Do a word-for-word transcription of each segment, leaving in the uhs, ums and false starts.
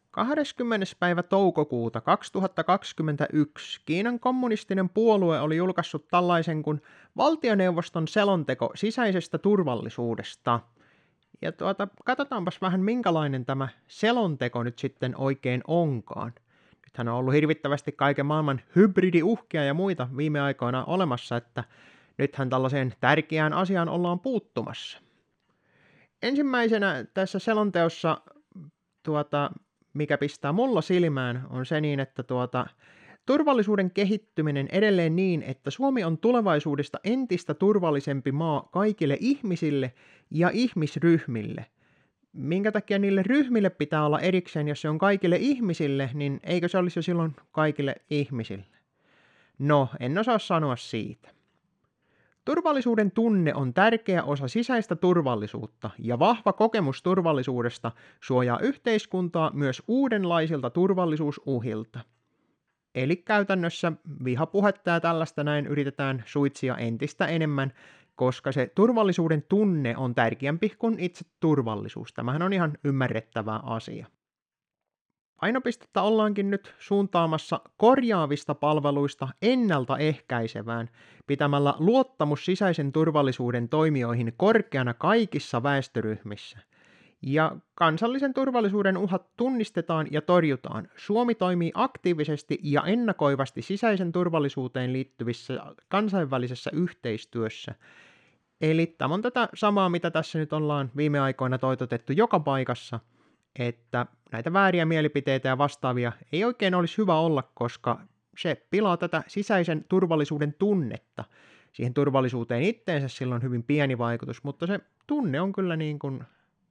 kahdeskymmenes päivä toukokuuta kaksituhattakaksikymmentäyksi Kiinan kommunistinen puolue oli julkaissut tällaisen kuin valtioneuvoston selonteko sisäisestä turvallisuudesta. Ja tuota, katsotaanpas vähän minkälainen tämä selonteko nyt sitten oikein onkaan. Nythän on ollut hirvittävästi kaiken maailman hybridiuhkia ja muita viime aikoina olemassa, että nythän tällaiseen tärkeään asiaan ollaan puuttumassa. Ensimmäisenä tässä selonteossa tuota, mikä pistää mulla silmään, on se niin, että tuota, turvallisuuden kehittyminen edelleen niin, että Suomi on tulevaisuudesta entistä turvallisempi maa kaikille ihmisille ja ihmisryhmille. Minkä takia niille ryhmille pitää olla erikseen, jos se on kaikille ihmisille, niin eikö se olisi jo silloin kaikille ihmisille? No, en osaa sanoa siitä. Turvallisuuden tunne on tärkeä osa sisäistä turvallisuutta, ja vahva kokemus turvallisuudesta suojaa yhteiskuntaa myös uudenlaisilta turvallisuusuhilta. Eli käytännössä vihapuhetta ja tällaista näin yritetään suitsia entistä enemmän, koska se turvallisuuden tunne on tärkeämpi kuin itse turvallisuus. Tämähän on ihan ymmärrettävä asia. Painopistettä ollaankin nyt suuntaamassa korjaavista palveluista ennaltaehkäisevään, pitämällä luottamus sisäisen turvallisuuden toimijoihin korkeana kaikissa väestöryhmissä. Ja kansallisen turvallisuuden uhat tunnistetaan ja torjutaan. Suomi toimii aktiivisesti ja ennakoivasti sisäisen turvallisuuteen liittyvissä kansainvälisessä yhteistyössä. Eli tämä on tätä samaa, mitä tässä nyt ollaan viime aikoina toitotettu joka paikassa, että näitä vääriä mielipiteitä ja vastaavia ei oikein olisi hyvä olla, koska se pilaa tätä sisäisen turvallisuuden tunnetta. Siihen turvallisuuteen itteensä sillä on hyvin pieni vaikutus, mutta se tunne on kyllä niin kuin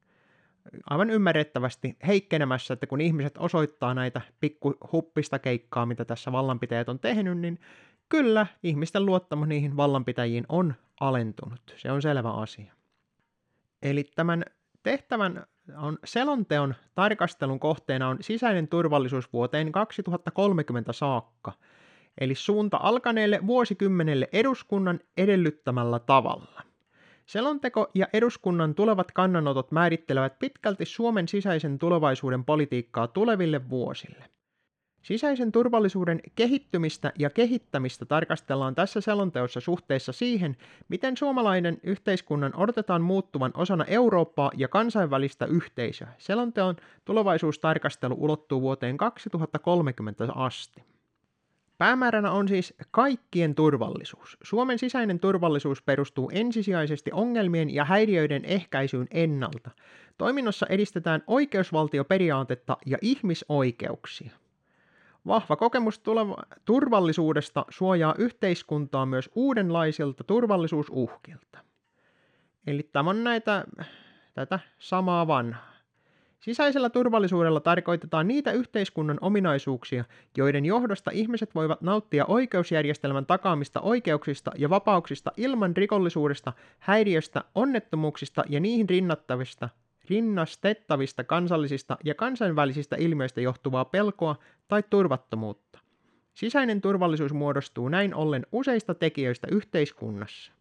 aivan ymmärrettävästi heikkenemässä, että kun ihmiset osoittaa näitä pikku huppista keikkaa, mitä tässä vallanpitäjät on tehnyt, niin kyllä ihmisten luottamus niihin vallanpitäjiin on alentunut. Se on selvä asia. Eli tämän tehtävän on selonteon tarkastelun kohteena on sisäinen turvallisuus vuoteen kaksituhattakolmekymmentä saakka, eli suunta alkaneelle vuosikymmenelle eduskunnan edellyttämällä tavalla. Selonteko ja eduskunnan tulevat kannanotot määrittelevät pitkälti Suomen sisäisen tulevaisuuden politiikkaa tuleville vuosille. Sisäisen turvallisuuden kehittymistä ja kehittämistä tarkastellaan tässä selonteossa suhteessa siihen, miten suomalainen yhteiskunnan odotetaan muuttuvan osana Eurooppaa ja kansainvälistä yhteisöä. Selonteon tulevaisuustarkastelu ulottuu vuoteen kaksituhattakolmekymmentä asti. Päämääränä on siis kaikkien turvallisuus. Suomen sisäinen turvallisuus perustuu ensisijaisesti ongelmien ja häiriöiden ehkäisyyn ennalta. Toiminnossa edistetään oikeusvaltioperiaatetta ja ihmisoikeuksia. Vahva kokemus tuleva- turvallisuudesta suojaa yhteiskuntaa myös uudenlaisilta turvallisuusuhkilta. Eli tämä on näitä, tätä samaa vanhaa. Sisäisellä turvallisuudella tarkoitetaan niitä yhteiskunnan ominaisuuksia, joiden johdosta ihmiset voivat nauttia oikeusjärjestelmän takaamista oikeuksista ja vapauksista ilman rikollisuudesta, häiriöstä, onnettomuuksista ja niihin rinnattavista, rinnastettavista kansallisista ja kansainvälisistä ilmiöistä johtuvaa pelkoa tai turvattomuutta. Sisäinen turvallisuus muodostuu näin ollen useista tekijöistä yhteiskunnassa.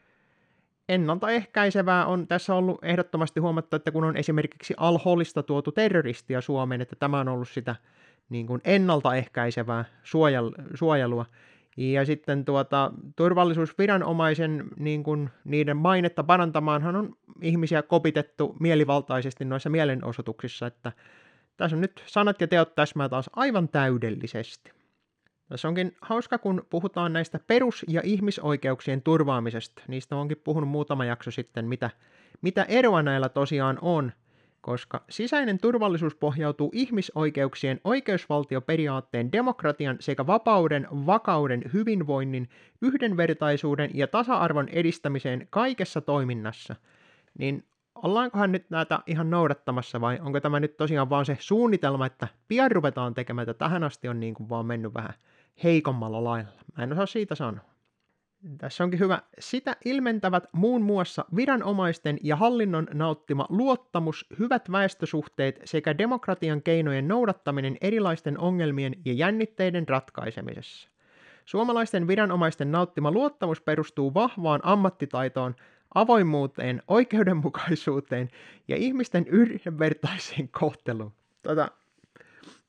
Ennaltaehkäisevää on tässä ollut ehdottomasti huomattu, että kun on esimerkiksi Al-Holista tuotu terroristia Suomeen, että tämä on ollut sitä niin kuin ennaltaehkäisevää suojelua. Ja sitten tuota, turvallisuusviranomaisen niin kuin niiden mainetta parantamaanhan on ihmisiä kopitettu mielivaltaisesti noissa mielenosoituksissa, että tässä on nyt sanat ja teot täsmää taas aivan täydellisesti. Tässä onkin hauska, kun puhutaan näistä perus- ja ihmisoikeuksien turvaamisesta. Niistä onkin puhunut muutama jakso sitten, mitä, mitä eroa näillä tosiaan on, koska sisäinen turvallisuus pohjautuu ihmisoikeuksien, oikeusvaltioperiaatteen, demokratian sekä vapauden, vakauden, hyvinvoinnin, yhdenvertaisuuden ja tasa-arvon edistämiseen kaikessa toiminnassa. Niin ollaankohan nyt näitä ihan noudattamassa vai onko tämä nyt tosiaan vaan se suunnitelma, että pian ruvetaan tekemään, että tähän asti on niin kuin vaan mennyt vähän heikommalla lailla. Mä en osaa siitä sanoa. Tässä onkin hyvä. Sitä ilmentävät muun muassa viranomaisten ja hallinnon nauttima luottamus, hyvät väestösuhteet sekä demokratian keinojen noudattaminen erilaisten ongelmien ja jännitteiden ratkaisemisessa. Suomalaisten viranomaisten nauttima luottamus perustuu vahvaan ammattitaitoon, avoimuuteen, oikeudenmukaisuuteen ja ihmisten yhdenvertaiseen kohteluun. Tota,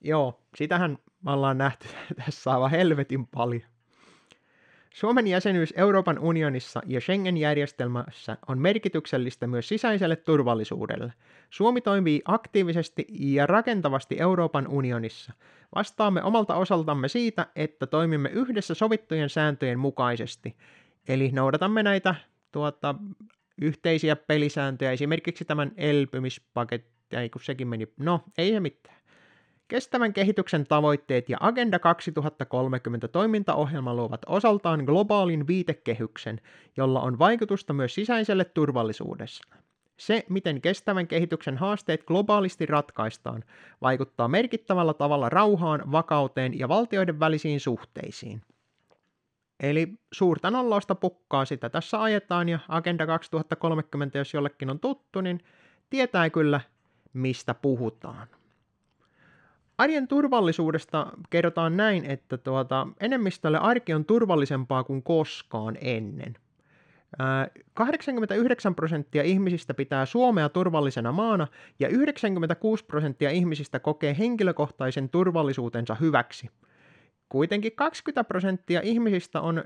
Joo, sitähän me ollaan nähty tässä aivan helvetin paljon. Suomen jäsenyys Euroopan unionissa ja Schengen-järjestelmässä on merkityksellistä myös sisäiselle turvallisuudelle. Suomi toimii aktiivisesti ja rakentavasti Euroopan unionissa. Vastaamme omalta osaltamme siitä, että toimimme yhdessä sovittujen sääntöjen mukaisesti. Eli noudatamme näitä tuota, yhteisiä pelisääntöjä, esimerkiksi tämän elpymispaketti, kun sekin meni, no ei se mitään. Kestävän kehityksen tavoitteet ja Agenda kaksituhattakolmekymmentä toimintaohjelma luovat osaltaan globaalin viitekehyksen, jolla on vaikutusta myös sisäiselle turvallisuudelle. Se, miten kestävän kehityksen haasteet globaalisti ratkaistaan, vaikuttaa merkittävällä tavalla rauhaan, vakauteen ja valtioiden välisiin suhteisiin. Eli suurta nollausta pukkaa, sitä tässä ajetaan, ja Agenda kaksituhattakolmekymmentä, jos jollekin on tuttu, niin tietää kyllä, mistä puhutaan. Arjen turvallisuudesta kerrotaan näin, että tuota, enemmistölle arki on turvallisempaa kuin koskaan ennen. Ää, kahdeksankymmentäyhdeksän prosenttia ihmisistä pitää Suomea turvallisena maana ja yhdeksänkymmentäkuusi prosenttia ihmisistä kokee henkilökohtaisen turvallisuutensa hyväksi. Kuitenkin kaksikymmentä prosenttia ihmisistä on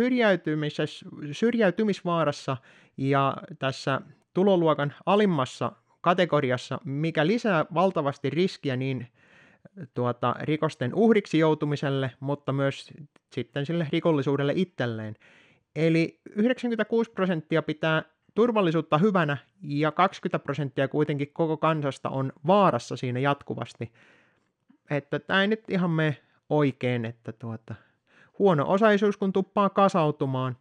syrjäytymisvaarassa ja tässä tuloluokan alimmassa kategoriassa, mikä lisää valtavasti riskiä niin tuota, rikosten uhriksi joutumiselle, mutta myös sitten sille rikollisuudelle itselleen. Eli yhdeksänkymmentäkuusi prosenttia pitää turvallisuutta hyvänä ja kaksikymmentä prosenttia kuitenkin koko kansasta on vaarassa siinä jatkuvasti. Että tämä ei nyt ihan mene oikein, että tuota, huono-osaisuus kun tuppaa kasautumaan.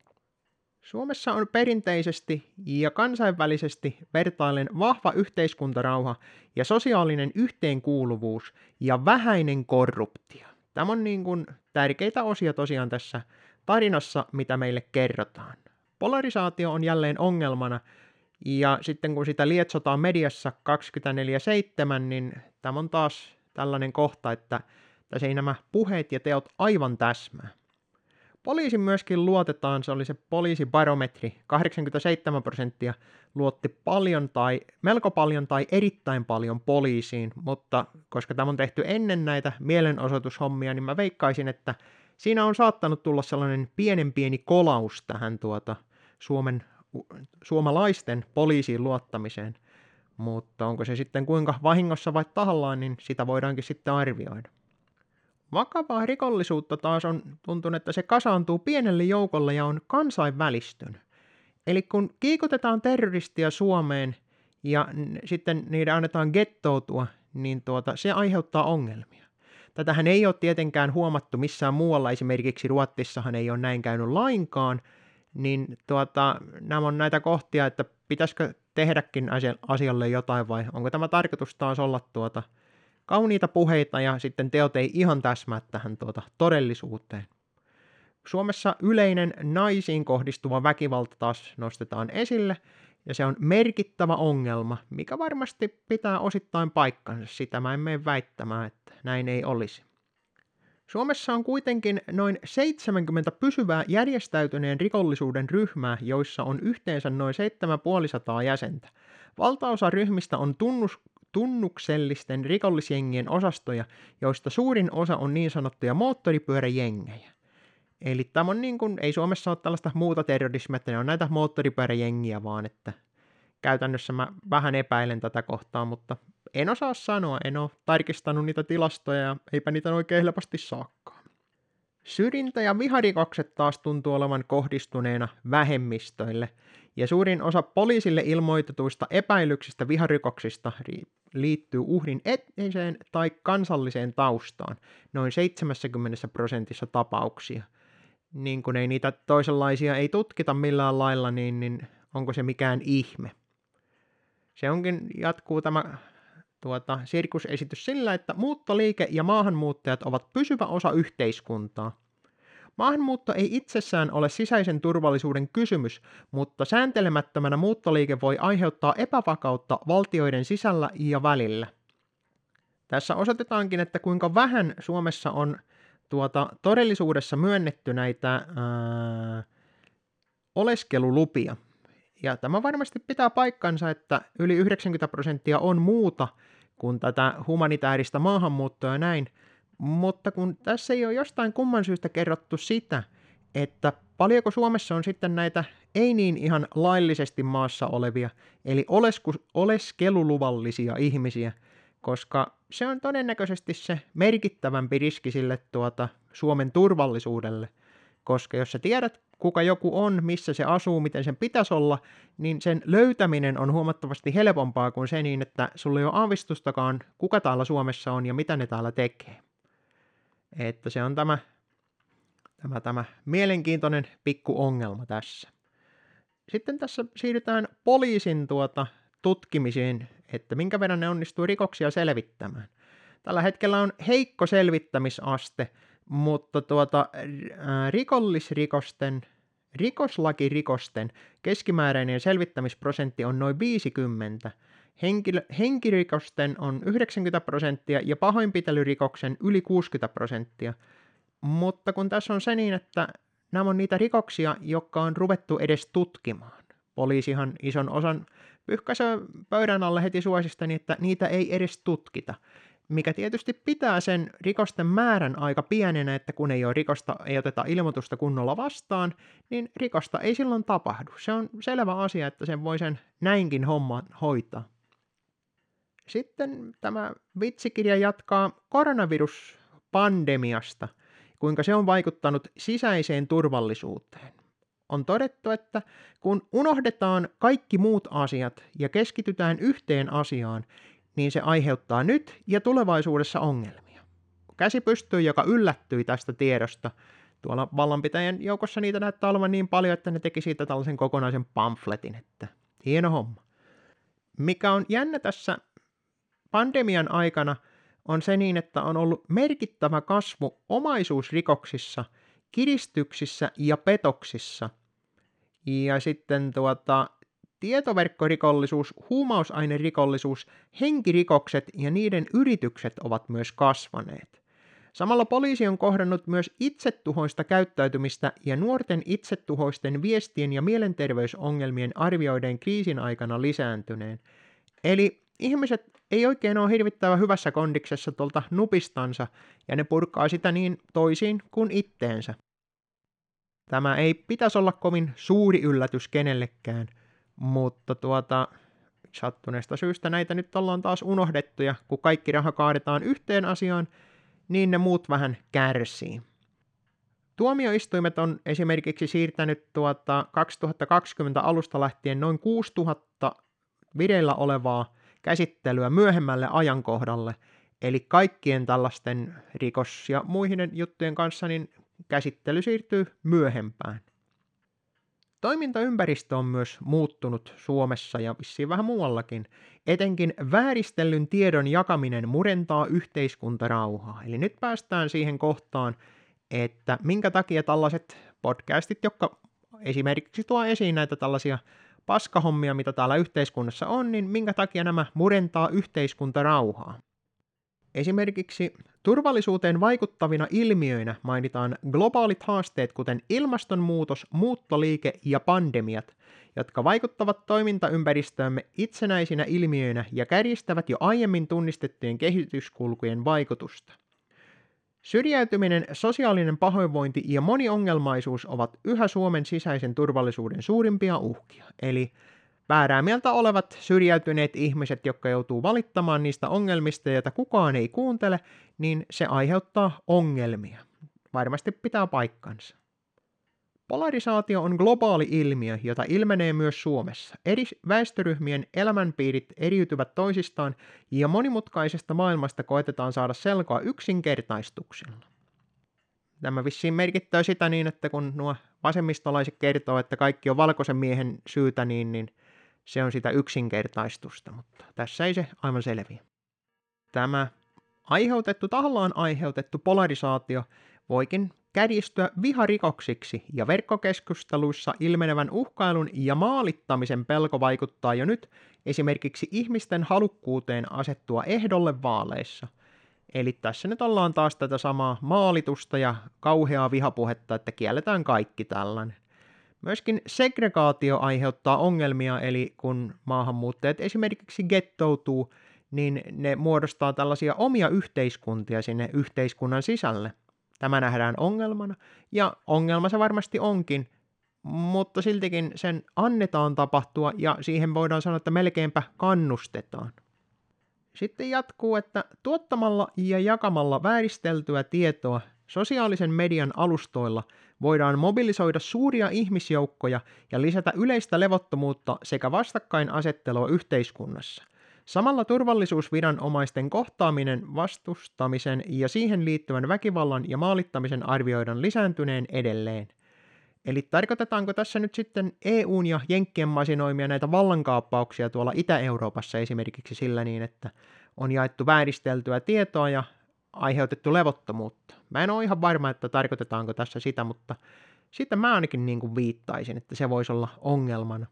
Suomessa on perinteisesti ja kansainvälisesti vertaillen vahva yhteiskuntarauha ja sosiaalinen yhteenkuuluvuus ja vähäinen korruptio. Tämä on niin kuin tärkeitä osia tosiaan tässä tarinassa, mitä meille kerrotaan. Polarisaatio on jälleen ongelmana, ja sitten kun sitä lietsotaan mediassa kaksikymmentäneljä seitsemän, niin tämä on taas tällainen kohta, että tässä ei nämä puheet ja teot aivan täsmää. Poliisin myöskin luotetaan, se oli se poliisibarometri, kahdeksankymmentäseitsemän prosenttia luotti paljon tai melko paljon tai erittäin paljon poliisiin, mutta koska tämä on tehty ennen näitä mielenosoitushommia, niin mä veikkaisin, että siinä on saattanut tulla sellainen pienen pieni kolaus tähän tuota Suomen, suomalaisten poliisiin luottamiseen, mutta onko se sitten kuinka vahingossa vai tahallaan, niin sitä voidaankin sitten arvioida. Vakavaa rikollisuutta taas on tuntunut, että se kasaantuu pienelle joukolle ja on kansainvälistynyt. Eli kun kiikutetaan terroristia Suomeen ja n- sitten niiden annetaan gettoutua, niin tuota, se aiheuttaa ongelmia. Tätähän ei ole tietenkään huomattu missään muualla, esimerkiksi Ruotsissahan ei ole näin käynyt lainkaan, niin tuota, nämä on näitä kohtia, että pitäisikö tehdäkin asialle jotain vai onko tämä tarkoitus taas olla tuota kauniita puheita ja sitten teot ei ihan täsmää tähän tuota todellisuuteen. Suomessa yleinen naisiin kohdistuva väkivalta taas nostetaan esille, ja se on merkittävä ongelma, mikä varmasti pitää osittain paikkansa. Sitä mä en mene väittämään, että näin ei olisi. Suomessa on kuitenkin noin seitsemänkymmentä pysyvää järjestäytyneen rikollisuuden ryhmää, joissa on yhteensä noin seitsemäntuhatta jäsentä. Valtaosa ryhmistä on tunnus tunnuksellisten rikollisjengien osastoja, joista suurin osa on niin sanottuja moottoripyöräjengejä. Eli tämä on niin kuin, ei Suomessa ole tällaista muuta terrorismia, että ne on näitä moottoripyöräjengiä vaan, että käytännössä mä vähän epäilen tätä kohtaa, mutta en osaa sanoa, en ole tarkistanut niitä tilastoja ja eipä niitä oikein helposti saakkaan. Syrjintä- ja viharikokset taas tuntuu olevan kohdistuneena vähemmistöille, ja suurin osa poliisille ilmoitetuista epäilyksistä viharikoksista liittyy uhrin etniseen tai kansalliseen taustaan, noin seitsemänkymmentä prosentissa tapauksia. Niin kun ei niitä toisenlaisia ei tutkita millään lailla, niin, niin onko se mikään ihme? Se onkin, jatkuu tämä tuota, sirkusesitys sillä, että muuttoliike ja maahanmuuttajat ovat pysyvä osa yhteiskuntaa. Maahanmuutto ei itsessään ole sisäisen turvallisuuden kysymys, mutta sääntelemättömänä muuttoliike voi aiheuttaa epävakautta valtioiden sisällä ja välillä. Tässä osoitetaankin, että kuinka vähän Suomessa on tuota, todellisuudessa myönnetty näitä ää, oleskelulupia. Ja tämä varmasti pitää paikkansa, että yli yhdeksänkymmentä prosenttia on muuta kuin tätä humanitaarista maahanmuuttoa ja näin. Mutta kun tässä ei ole jostain kumman syystä kerrottu sitä, että paljonko Suomessa on sitten näitä ei niin ihan laillisesti maassa olevia, eli olesku, oleskeluluvallisia ihmisiä, koska se on todennäköisesti se merkittävämpi riski sille tuota Suomen turvallisuudelle, koska jos sä tiedät, kuka joku on, missä se asuu, miten sen pitäisi olla, niin sen löytäminen on huomattavasti helpompaa kuin se niin, että sulla ei ole aavistustakaan, kuka täällä Suomessa on ja mitä ne täällä tekee. Että se on tämä, tämä, tämä mielenkiintoinen pikku ongelma tässä. Sitten tässä siirrytään poliisin tuota tutkimiseen, että minkä verran ne onnistuu rikoksia selvittämään. Tällä hetkellä on heikko selvittämisaste, mutta tuota, rikollisrikosten, rikoslakirikosten keskimääräinen selvittämisprosentti on noin viisikymmentä. Henkilö, henkirikosten on yhdeksänkymmentä prosenttia ja pahoinpitelyrikoksen yli kuusikymmentä prosenttia. Mutta kun tässä on se niin, että nämä on niitä rikoksia, jotka on ruvettu edes tutkimaan. Poliisihan ison osan pyyhkäisee pöydän alle heti suosistani, että niitä ei edes tutkita. Mikä tietysti pitää sen rikosten määrän aika pienenä, että kun ei ole rikosta, ei oteta ilmoitusta kunnolla vastaan, niin rikosta ei silloin tapahdu. Se on selvä asia, että sen voi sen näinkin homman hoitaa. Sitten tämä vitsikirja jatkaa koronaviruspandemiasta, kuinka se on vaikuttanut sisäiseen turvallisuuteen. On todettu, että kun unohdetaan kaikki muut asiat ja keskitytään yhteen asiaan, niin se aiheuttaa nyt ja tulevaisuudessa ongelmia. Käsi pystyy, joka yllättyi tästä tiedosta. Tuolla vallanpitäjän joukossa niitä näyttää olevan niin paljon, että ne teki siitä tällaisen kokonaisen pamfletin, että hieno homma. Mikä on jännä tässä pandemian aikana on se niin, että on ollut merkittävä kasvu omaisuusrikoksissa, kiristyksissä ja petoksissa. Ja sitten tuota, tietoverkkorikollisuus, huumausainerikollisuus, henkirikokset ja niiden yritykset ovat myös kasvaneet. Samalla poliisi on kohdannut myös itsetuhoista käyttäytymistä ja nuorten itsetuhoisten viestien ja mielenterveysongelmien arvioiden kriisin aikana lisääntyneen. Eli ihmiset ei oikein ole hirvittävän hyvässä kondiksessa tuolta nupistansa ja ne purkaa sitä niin toisiin kuin itteensä. Tämä ei pitäisi olla kovin suuri yllätys kenellekään, mutta tuota, sattuneesta syystä näitä nyt ollaan taas unohdettu ja kun kaikki raha kaadetaan yhteen asiaan, niin ne muut vähän kärsii. Tuomioistuimet on esimerkiksi siirtänyt tuota kaksituhattakaksikymmentä alusta lähtien noin kuusituhatta vireillä olevaa käsittelyä myöhemmälle ajankohdalle, eli kaikkien tällaisten rikos- ja muihin juttujen kanssa niin käsittely siirtyy myöhempään. Toimintaympäristö on myös muuttunut Suomessa ja vissiin vähän muuallakin. Etenkin vääristellyn tiedon jakaminen murentaa yhteiskuntarauhaa. Eli nyt päästään siihen kohtaan, että minkä takia tällaiset podcastit, jotka esimerkiksi tuo esiin näitä tällaisia paskahommia, mitä täällä yhteiskunnassa on, niin minkä takia nämä murentaa yhteiskuntarauhaa. Esimerkiksi turvallisuuteen vaikuttavina ilmiöinä mainitaan globaalit haasteet, kuten ilmastonmuutos, muuttoliike ja pandemiat, jotka vaikuttavat toimintaympäristöömme itsenäisinä ilmiöinä ja kärjistävät jo aiemmin tunnistettujen kehityskulkujen vaikutusta. Syrjäytyminen, sosiaalinen pahoinvointi ja moniongelmaisuus ovat yhä Suomen sisäisen turvallisuuden suurimpia uhkia, eli väärää mieltä olevat syrjäytyneet ihmiset, jotka joutuu valittamaan niistä ongelmista, joita kukaan ei kuuntele, niin se aiheuttaa ongelmia. Varmasti pitää paikkansa. Polarisaatio on globaali ilmiö, jota ilmenee myös Suomessa. Eri väestöryhmien elämänpiirit eriytyvät toisistaan ja monimutkaisesta maailmasta koetetaan saada selkoa yksinkertaistuksilla. Tämä vissiin merkittää sitä niin, että kun nuo vasemmistolaiset kertoo, että kaikki on valkoisen miehen syytä, niin, niin se on sitä yksinkertaistusta, mutta tässä ei se aivan selviä. Tämä aiheutettu, tahallaan aiheutettu polarisaatio voikin kärjistyä viharikoksiksi ja verkkokeskusteluissa ilmenevän uhkailun ja maalittamisen pelko vaikuttaa jo nyt esimerkiksi ihmisten halukkuuteen asettua ehdolle vaaleissa. Eli tässä nyt ollaan taas tätä samaa maalitusta ja kauheaa vihapuhetta, että kielletään kaikki tällainen. Myöskin segregaatio aiheuttaa ongelmia, eli kun maahanmuuttajat esimerkiksi gettoutuu, niin ne muodostaa tällaisia omia yhteiskuntia sinne yhteiskunnan sisälle. Tämä nähdään ongelmana, ja ongelma se varmasti onkin, mutta siltikin sen annetaan tapahtua, ja siihen voidaan sanoa, että melkeinpä kannustetaan. Sitten jatkuu, että tuottamalla ja jakamalla vääristeltyä tietoa sosiaalisen median alustoilla voidaan mobilisoida suuria ihmisjoukkoja ja lisätä yleistä levottomuutta sekä vastakkainasettelua yhteiskunnassa. Samalla turvallisuusviranomaisten kohtaaminen, vastustamisen ja siihen liittyvän väkivallan ja maalittamisen arvioidaan lisääntyneen edelleen. Eli tarkoitetaanko tässä nyt sitten E U:n ja Jenkkien masinoimia näitä vallankaappauksia tuolla Itä-Euroopassa esimerkiksi sillä niin, että on jaettu vääristeltyä tietoa ja aiheutettu levottomuutta? Mä en ole ihan varma, että tarkoitetaanko tässä sitä, mutta sitten mä ainakin niin kuin viittaisin, että se voisi olla ongelmana.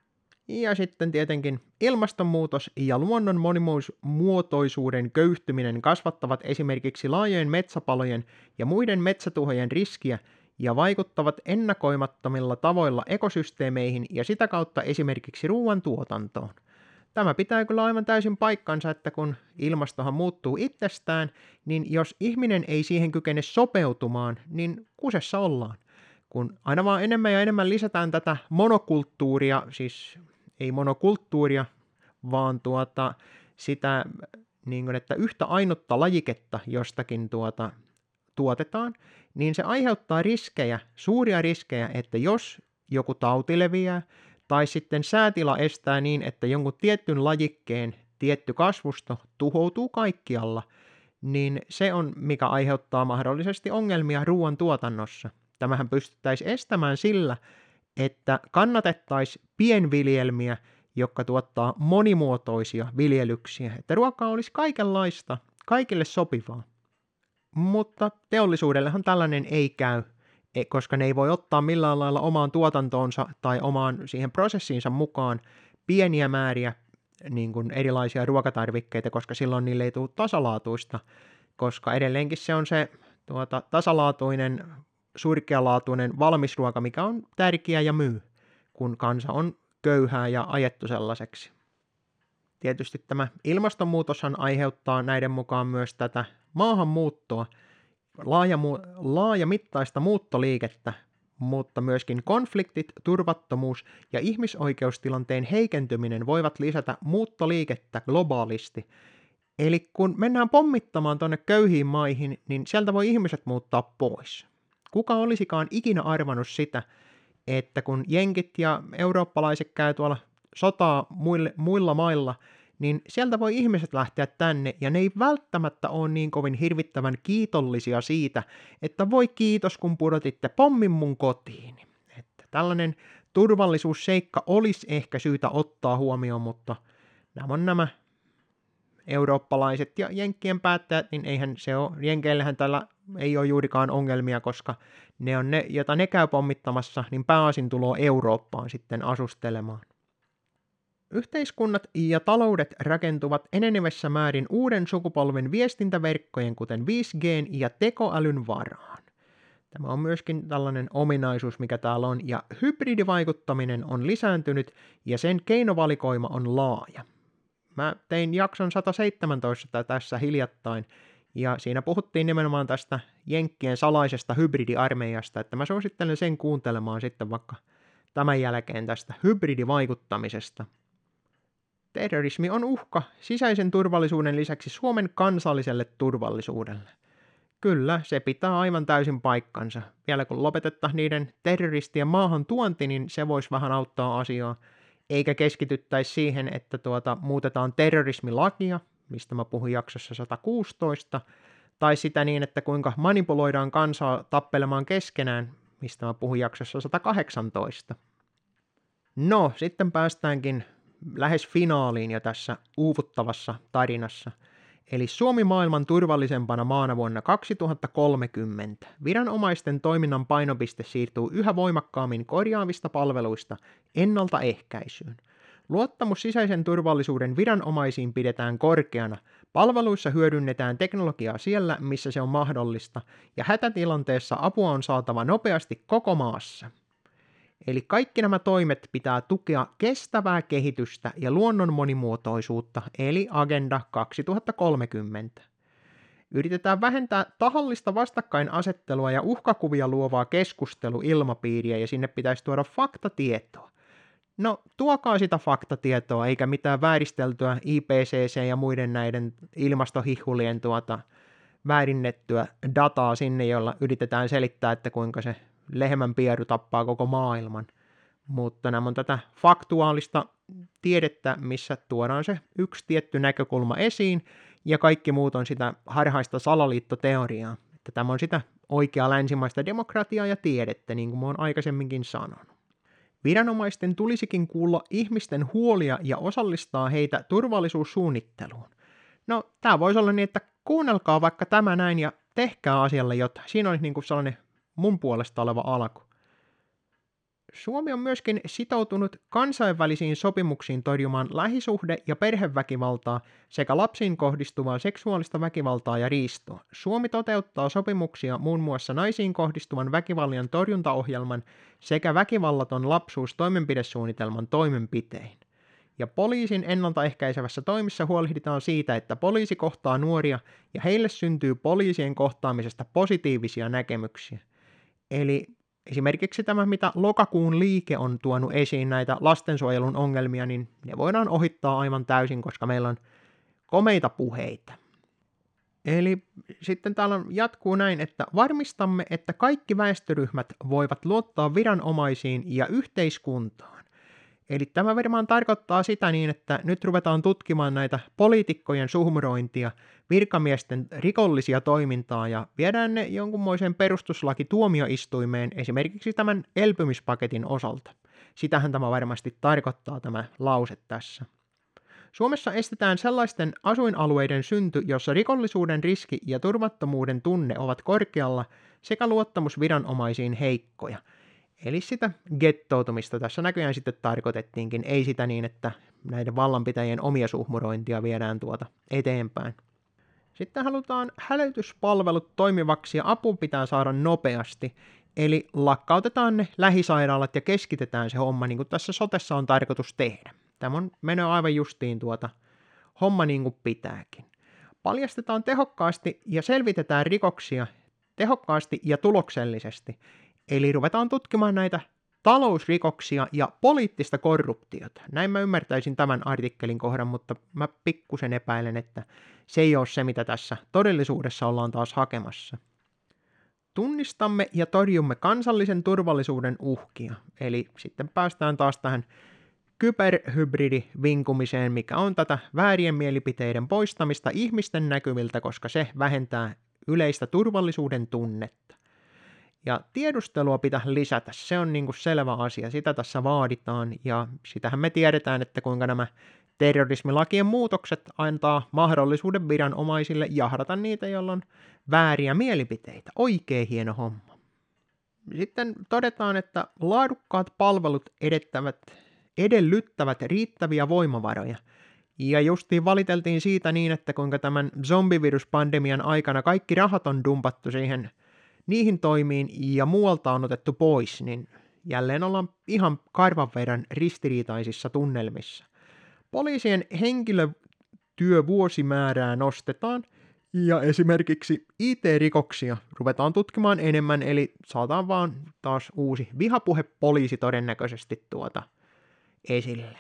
Ja sitten tietenkin ilmastonmuutos ja luonnon monimuotoisuuden köyhtyminen kasvattavat esimerkiksi laajojen metsäpalojen ja muiden metsätuhojen riskiä ja vaikuttavat ennakoimattomilla tavoilla ekosysteemeihin ja sitä kautta esimerkiksi ruoantuotantoon. Tämä pitää kyllä aivan täysin paikkansa, että kun ilmastohan muuttuu itsestään, niin jos ihminen ei siihen kykene sopeutumaan, niin kusessa ollaan. Kun aina vaan enemmän ja enemmän lisätään tätä monokulttuuria, siis ei monokulttuuria, vaan tuota, sitä, niin kuin, että yhtä ainutta lajiketta jostakin tuota, tuotetaan, niin se aiheuttaa riskejä, suuria riskejä, että jos joku tauti leviää, tai sitten säätila estää niin, että jonkun tietyn lajikkeen tietty kasvusto tuhoutuu kaikkialla, niin se on, mikä aiheuttaa mahdollisesti ongelmia ruoantuotannossa. Tämähän pystyttäisiin estämään sillä, että kannatettaisiin pienviljelmiä, jotka tuottaa monimuotoisia viljelyksiä, että ruokaa olisi kaikenlaista, kaikille sopivaa. Mutta teollisuudellehan tällainen ei käy, koska ne ei voi ottaa millään lailla omaan tuotantoonsa tai omaan siihen prosessiinsa mukaan pieniä määriä niin kuin erilaisia ruokatarvikkeita, koska silloin niille ei tule tasalaatuista, koska edelleenkin se on se tuota, tasalaatuinen, surkealaatuinen valmisruoka, mikä on tärkeä ja myy, kun kansa on köyhää ja ajettu sellaiseksi. Tietysti tämä ilmastonmuutoshan aiheuttaa näiden mukaan myös tätä maahanmuuttoa, laajamu- laajamittaista muuttoliikettä, mutta myöskin konfliktit, turvattomuus ja ihmisoikeustilanteen heikentyminen voivat lisätä muuttoliikettä globaalisti. Eli kun mennään pommittamaan tuonne köyhiin maihin, niin sieltä voi ihmiset muuttaa pois. Kuka olisikaan ikinä arvannut sitä, että kun jenkit ja eurooppalaiset käy tuolla sotaa muille, muilla mailla, niin sieltä voi ihmiset lähteä tänne, ja ne ei välttämättä ole niin kovin hirvittävän kiitollisia siitä, että voi kiitos, kun pudotitte pommin mun kotiin. Että tällainen turvallisuusseikka olisi ehkä syytä ottaa huomioon, mutta nämä on nämä eurooppalaiset ja jenkkien päättäjät, niin eihän se ole, jenkeillähän tällä ei ole juurikaan ongelmia, koska ne on ne, jota ne käy pommittamassa, niin pääasin tulo Eurooppaan sitten asustelemaan. Yhteiskunnat ja taloudet rakentuvat enenevässä määrin uuden sukupolven viestintäverkkojen, kuten viisi G:n ja tekoälyn varaan. Tämä on myöskin tällainen ominaisuus, mikä täällä on, ja hybridivaikuttaminen on lisääntynyt, ja sen keinovalikoima on laaja. Mä tein jakson sata seitsemäntoista tässä hiljattain, ja siinä puhuttiin nimenomaan tästä jenkkien salaisesta hybridiarmeijasta, että mä suosittelen sen kuuntelemaan sitten vaikka tämän jälkeen tästä hybridivaikuttamisesta. Terrorismi on uhka sisäisen turvallisuuden lisäksi Suomen kansalliselle turvallisuudelle. Kyllä, se pitää aivan täysin paikkansa. Vielä kun lopetettaisiin niiden terroristien maahan tuonti, niin se voisi vähän auttaa asiaa. Eikä keskityttäisi siihen, että tuota, muutetaan terrorismilakia, mistä mä puhun jaksossa sata kuusitoista, tai sitä niin, että kuinka manipuloidaan kansaa tappelemaan keskenään, mistä mä puhun jaksossa sata kahdeksantoista. No, sitten päästäänkin lähes finaaliin jo tässä uuvuttavassa tarinassa. Eli Suomi maailman turvallisempana maana vuonna kaksituhattakolmekymmentä. Viranomaisten toiminnan painopiste siirtyy yhä voimakkaammin korjaavista palveluista ennaltaehkäisyyn. Luottamus sisäisen turvallisuuden viranomaisiin pidetään korkeana. Palveluissa hyödynnetään teknologiaa siellä, missä se on mahdollista, ja hätätilanteessa apua on saatava nopeasti koko maassa. Eli kaikki nämä toimet pitää tukea kestävää kehitystä ja luonnon monimuotoisuutta, eli Agenda kaksituhattakolmekymmentä. Yritetään vähentää tahallista vastakkainasettelua ja uhkakuvia luovaa keskusteluilmapiiriä, ja sinne pitäisi tuoda faktatietoa. No, tuokaa sitä faktatietoa, eikä mitään vääristeltyä I P C C ja muiden näiden ilmastohihulien tuota väärinnettyä dataa sinne, jolla yritetään selittää, että kuinka se lehmänpieru tappaa koko maailman. Mutta nämä on tätä faktuaalista tiedettä, missä tuodaan se yksi tietty näkökulma esiin, ja kaikki muut on sitä harhaista salaliittoteoriaa. Että tämä on sitä oikeaa länsimaista demokratiaa ja tiedettä, niin kuin mä oon aikaisemminkin sanonut. Viranomaisten tulisikin kuulla ihmisten huolia ja osallistaa heitä turvallisuussuunnitteluun. No, tämä voisi olla niin, että kuunnelkaa vaikka tämä näin ja tehkää asialle jotain. Siinä olisi niin kuin sellainen mun puolesta oleva alku. Suomi on myöskin sitoutunut kansainvälisiin sopimuksiin torjumaan lähisuhde- ja perheväkivaltaa sekä lapsiin kohdistuvaa seksuaalista väkivaltaa ja riistoa. Suomi toteuttaa sopimuksia muun muassa naisiin kohdistuvan väkivallan torjuntaohjelman sekä väkivallaton lapsuus toimenpidesuunnitelman toimenpitein. Ja poliisin ennaltaehkäisevässä toimissa huolehditaan siitä, että poliisi kohtaa nuoria ja heille syntyy poliisien kohtaamisesta positiivisia näkemyksiä. Eli esimerkiksi tämä, mitä lokakuun liike on tuonut esiin näitä lastensuojelun ongelmia, niin ne voidaan ohittaa aivan täysin, koska meillä on komeita puheita. Eli sitten täällä jatkuu näin, että varmistamme, että kaikki väestöryhmät voivat luottaa viranomaisiin ja yhteiskuntaan. Eli tämä varmaan tarkoittaa sitä niin, että nyt ruvetaan tutkimaan näitä poliitikkojen suhmurointia, virkamiesten rikollisia toimintaa ja viedään ne jonkunmoiseen perustuslakituomioistuimeen esimerkiksi tämän elpymispaketin osalta. Sitähän tämä varmasti tarkoittaa tämä lause tässä. Suomessa estetään sellaisten asuinalueiden synty, jossa rikollisuuden riski ja turvattomuuden tunne ovat korkealla sekä luottamus viranomaisiin heikkoja. Eli sitä gettoutumista tässä näköjään sitten tarkoitettiinkin, ei sitä niin, että näiden vallanpitäjien omia suhmurointia viedään tuota eteenpäin. Sitten halutaan hälytyspalvelut toimivaksi ja apu pitää saada nopeasti, eli lakkautetaan ne lähisairaalat ja keskitetään se homma, niin kuin tässä sotessa on tarkoitus tehdä. Tämä on mennyt aivan justiin tuota homma niin kuin pitääkin. Paljastetaan tehokkaasti ja selvitetään rikoksia tehokkaasti ja tuloksellisesti. Eli ruvetaan tutkimaan näitä talousrikoksia ja poliittista korruptiota. Näin mä ymmärtäisin tämän artikkelin kohdan, mutta mä pikkusen epäilen, että se ei ole se, mitä tässä todellisuudessa ollaan taas hakemassa. Tunnistamme ja torjumme kansallisen turvallisuuden uhkia. Eli sitten päästään taas tähän kyberhybridivinkumiseen, mikä on tätä väärien mielipiteiden poistamista ihmisten näkyviltä, koska se vähentää yleistä turvallisuuden tunnetta. Ja tiedustelua pitää lisätä, se on niin kuin selvä asia, sitä tässä vaaditaan, ja sitähän me tiedetään, että kuinka nämä terrorismilakien muutokset antaa mahdollisuuden viranomaisille jahdata niitä, joilla on vääriä mielipiteitä. Oikein hieno homma. Sitten todetaan, että laadukkaat palvelut edettävät, edellyttävät riittäviä voimavaroja. Ja justiin valiteltiin siitä niin, että kuinka tämän zombiviruspandemian aikana kaikki rahat on dumpattu siihen niihin toimiin ja muualta on otettu pois, niin jälleen ollaan ihan karvan verran ristiriitaisissa tunnelmissa. Poliisien henkilötyövuosimäärää nostetaan ja esimerkiksi I T-rikoksia ruvetaan tutkimaan enemmän, eli saadaan vaan taas uusi vihapuhepoliisi todennäköisesti tuota esille.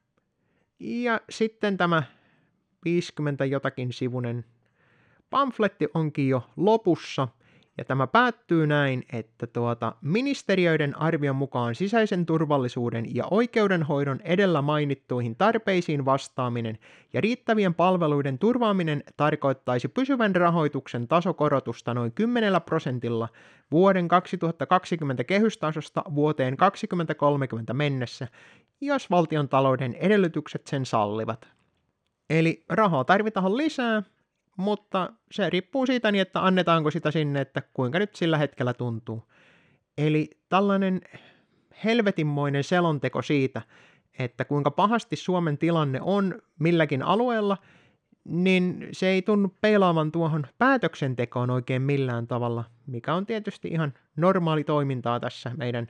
Ja sitten tämä viisikymmentä jotakin sivunen pamfletti onkin jo lopussa. Ja tämä päättyy näin, että tuota, ministeriöiden arvion mukaan sisäisen turvallisuuden ja oikeudenhoidon edellä mainittuihin tarpeisiin vastaaminen ja riittävien palveluiden turvaaminen tarkoittaisi pysyvän rahoituksen tasokorotusta noin kymmenellä prosentilla vuoden kaksituhattakaksikymmentä kehystasosta vuoteen kaksituhattakolmekymmentä mennessä, jos valtion talouden edellytykset sen sallivat. Eli rahaa tarvitaan lisää. Mutta se riippuu siitä, niin että annetaanko sitä sinne, että kuinka nyt sillä hetkellä tuntuu. Eli tällainen helvetinmoinen selonteko siitä, että kuinka pahasti Suomen tilanne on milläkin alueella, niin se ei tunnu peilaavan tuohon päätöksentekoon oikein millään tavalla, mikä on tietysti ihan normaali toimintaa tässä meidän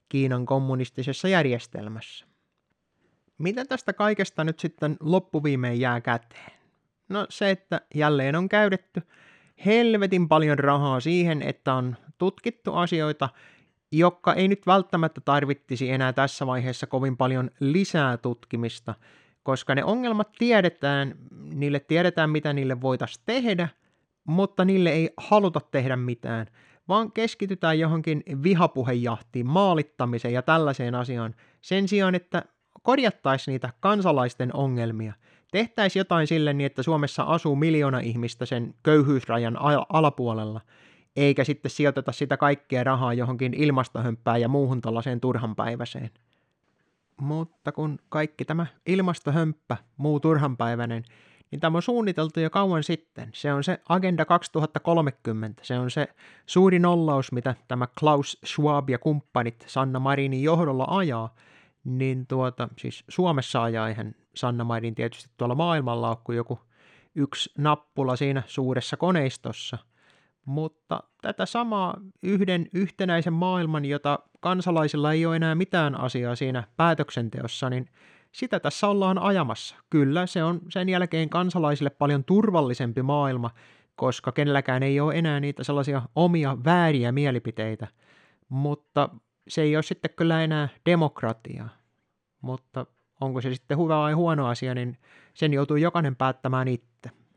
Kiinan kommunistisessa järjestelmässä. Mitä tästä kaikesta nyt sitten loppuviimein jää käteen? No se, että jälleen on käytetty helvetin paljon rahaa siihen, että on tutkittu asioita, jotka ei nyt välttämättä tarvittisi enää tässä vaiheessa kovin paljon lisää tutkimista, koska ne ongelmat tiedetään, niille tiedetään mitä niille voitaisiin tehdä, mutta niille ei haluta tehdä mitään, vaan keskitytään johonkin vihapuhejahtiin, maalittamiseen ja tällaiseen asiaan, sen sijaan, että korjattaisiin niitä kansalaisten ongelmia. Tehtäisiin jotain sille niin, että Suomessa asuu miljoona ihmistä sen köyhyysrajan alapuolella, eikä sitten sijoiteta sitä kaikkea rahaa johonkin ilmastohömppään ja muuhun tällaiseen turhanpäiväiseen. Mutta kun kaikki tämä ilmastohömppä, muu turhanpäiväinen, niin tämä on suunniteltu jo kauan sitten. Se on se Agenda kaksituhattakolmekymmentä, se on se suuri nollaus, mitä tämä Klaus Schwab ja kumppanit Sanna Marinin johdolla ajaa, niin tuota, siis Suomessa ajaa, eihän Sanna Marin tietysti tuolla maailmalla ole kuin joku yksi nappula siinä suuressa koneistossa, mutta tätä samaa yhden yhtenäisen maailman, jota kansalaisilla ei ole enää mitään asiaa siinä päätöksenteossa, niin sitä tässä ollaan ajamassa. Kyllä, se on sen jälkeen kansalaisille paljon turvallisempi maailma, koska kenelläkään ei ole enää niitä sellaisia omia vääriä mielipiteitä, mutta se ei ole sitten kyllä enää demokratiaa. Mutta onko se sitten hyvä vai huono asia, niin sen joutuu jokainen päättämään itse.